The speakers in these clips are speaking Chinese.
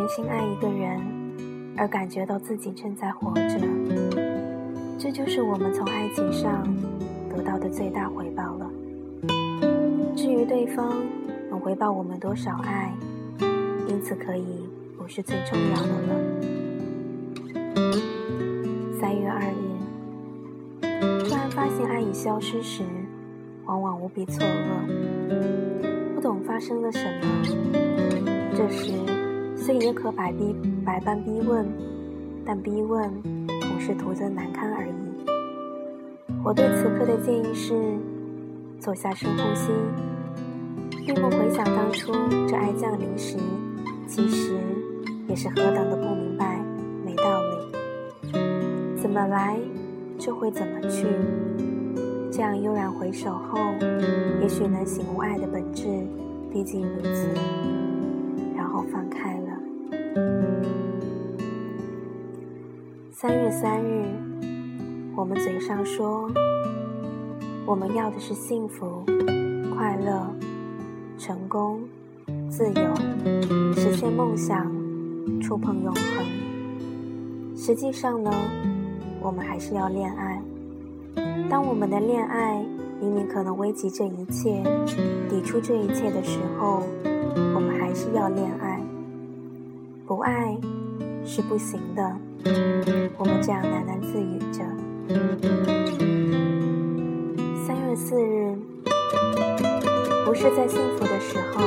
心爱一个人而感觉到自己正在活着，这就是我们从爱情上得到的最大回报了。至于对方能回报我们多少爱，因此可以不是最重要的了。3月2日，突然发现爱已消失时，往往无比错愕，不懂发生了什么。这时虽也可百般逼问，但逼问同是徒增难堪而已。我对此刻的建议是，坐下深呼吸，闭目回想当初这爱降临时，其实也是何等的不明白没道理。怎么来就会怎么去，这样悠然回首后，也许能醒悟爱的本质毕竟如此，然后放开了。3月3日，我们嘴上说我们要的是幸福、快乐、成功、自由，实现梦想，触碰永恒。实际上呢，我们还是要恋爱。当我们的恋爱明明可能危及这一切，抵触这一切的时候，我们还是要恋爱。不爱是不行的，我们这样喃喃自语着。3月4日，不是在幸福的时候，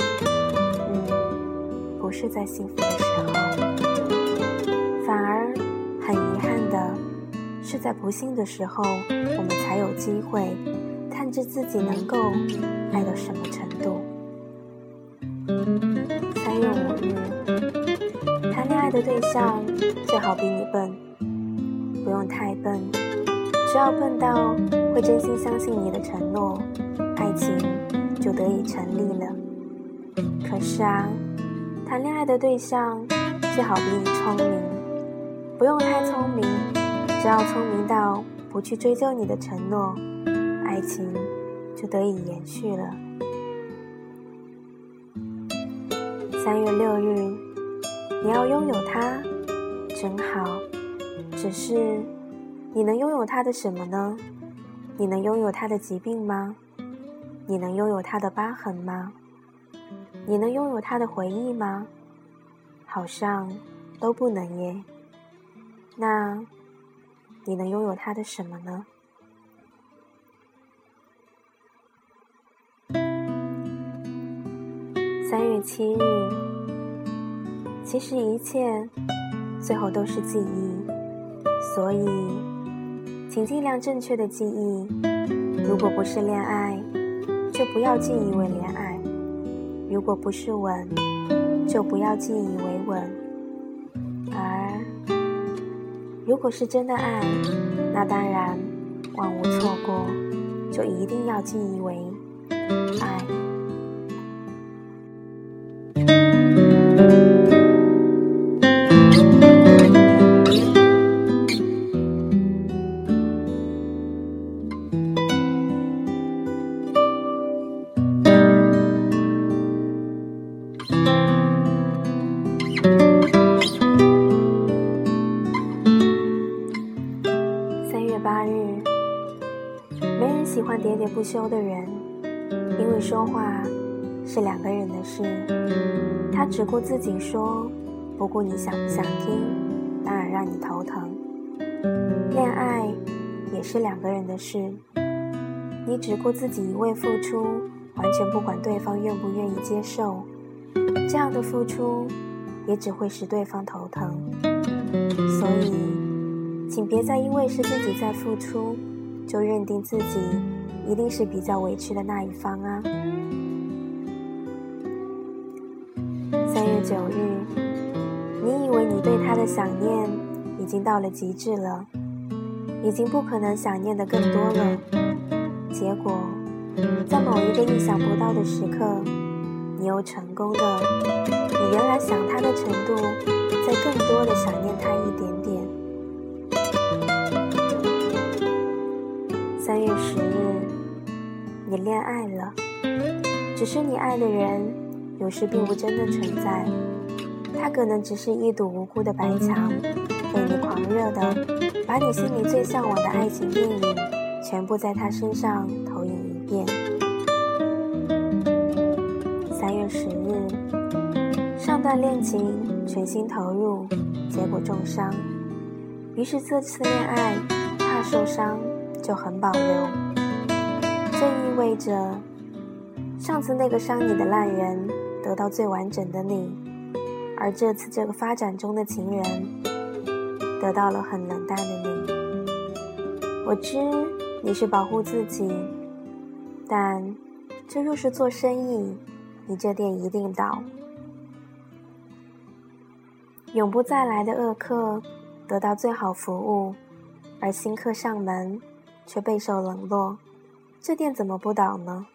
不是在幸福的时候，反而很遗憾的是在不幸的时候，我们才有机会探知自己能够爱到什么程度。3月5日，谈恋爱的对象最好比你笨，不用太笨，只要笨到会真心相信你的承诺，爱情就得以成立了。可是啊，谈恋爱的对象最好比你聪明，不用太聪明，只要聪明到不去追究你的承诺，爱情就得以延续了。3月6日，你要拥有它，真好。只是，你能拥有它的什么呢？你能拥有它的疾病吗？你能拥有它的疤痕吗？你能拥有它的回忆吗？好像都不能耶。那你能拥有它的什么呢？3月7日，其实一切最后都是记忆，所以请尽量正确的记忆。如果不是恋爱，就不要记忆为恋爱；如果不是吻，就不要记忆为吻。而如果是真的爱，那当然万无错过，就一定要记忆为爱。3月8日，没人喜欢喋喋不休的人，因为说话是两个人的事，他只顾自己说，不顾你想不想听，当然让你头疼。恋爱也是两个人的事，你只顾自己一味付出，完全不管对方愿不愿意接受，这样的付出也只会使对方头疼。所以请别再因为是自己在付出，就认定自己一定是比较委屈的那一方啊。3月9日，你以为你对他的想念已经到了极致了，已经不可能想念的更多了，结果在某一个意想不到的时刻，你又成功的比原来想他的程度再更多的想念他一点点。3月10日，你恋爱了，只是你爱的人有时并不真的存在， 它可能只是一堵无辜的白墙，被你狂热的把你心里最向往的爱情电影全部在它身上投影一遍。3月10日，上段恋情全心投入，结果重伤，于是这次恋爱怕受伤就很保留。这意味着上次那个伤你的烂人得到最完整的你，而这次这个发展中的情人得到了很冷淡的你。我知你是保护自己，但这若是做生意，你这店一定倒。永不再来的恶客得到最好服务，而新客上门却备受冷落，这店怎么不倒呢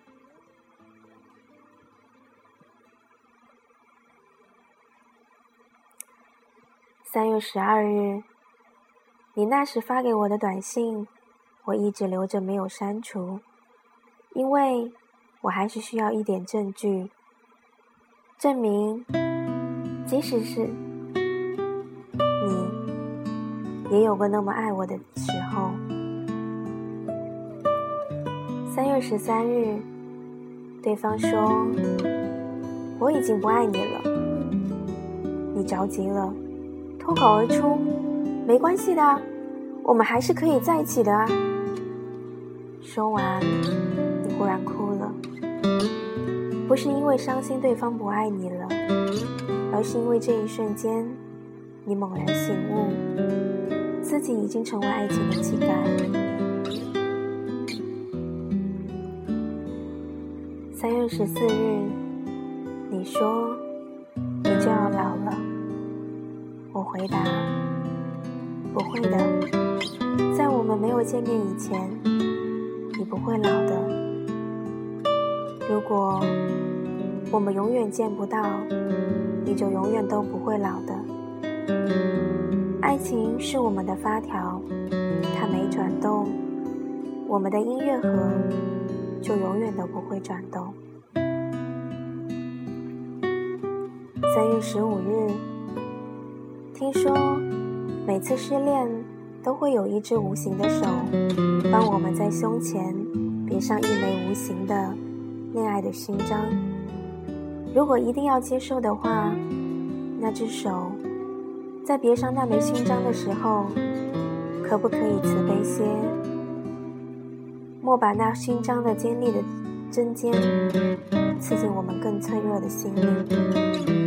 ？3月12日，你那时发给我的短信，我一直留着没有删除，因为我还是需要一点证据，证明即使是你也有过那么爱我的时候。3月13日，对方说我已经不爱你了，你着急了，脱口而出，没关系的，我们还是可以在一起的啊。说完，你忽然哭了，不是因为伤心对方不爱你了，而是因为这一瞬间，你猛然醒悟，自己已经成为爱情的乞丐。3月14日，你说你就要老了，我回答不会的，在我们没有见面以前，你不会老的。如果我们永远见不到，你就永远都不会老的。爱情是我们的发条，它没转动，我们的音乐盒就永远都不会转动。3月15日，听说每次失恋都会有一只无形的手帮我们在胸前别上一枚无形的恋爱的勋章。如果一定要接受的话，那只手在别上那枚勋章的时候，可不可以慈悲些，莫把那勋章的尖利的针尖刺进我们更脆弱的心里。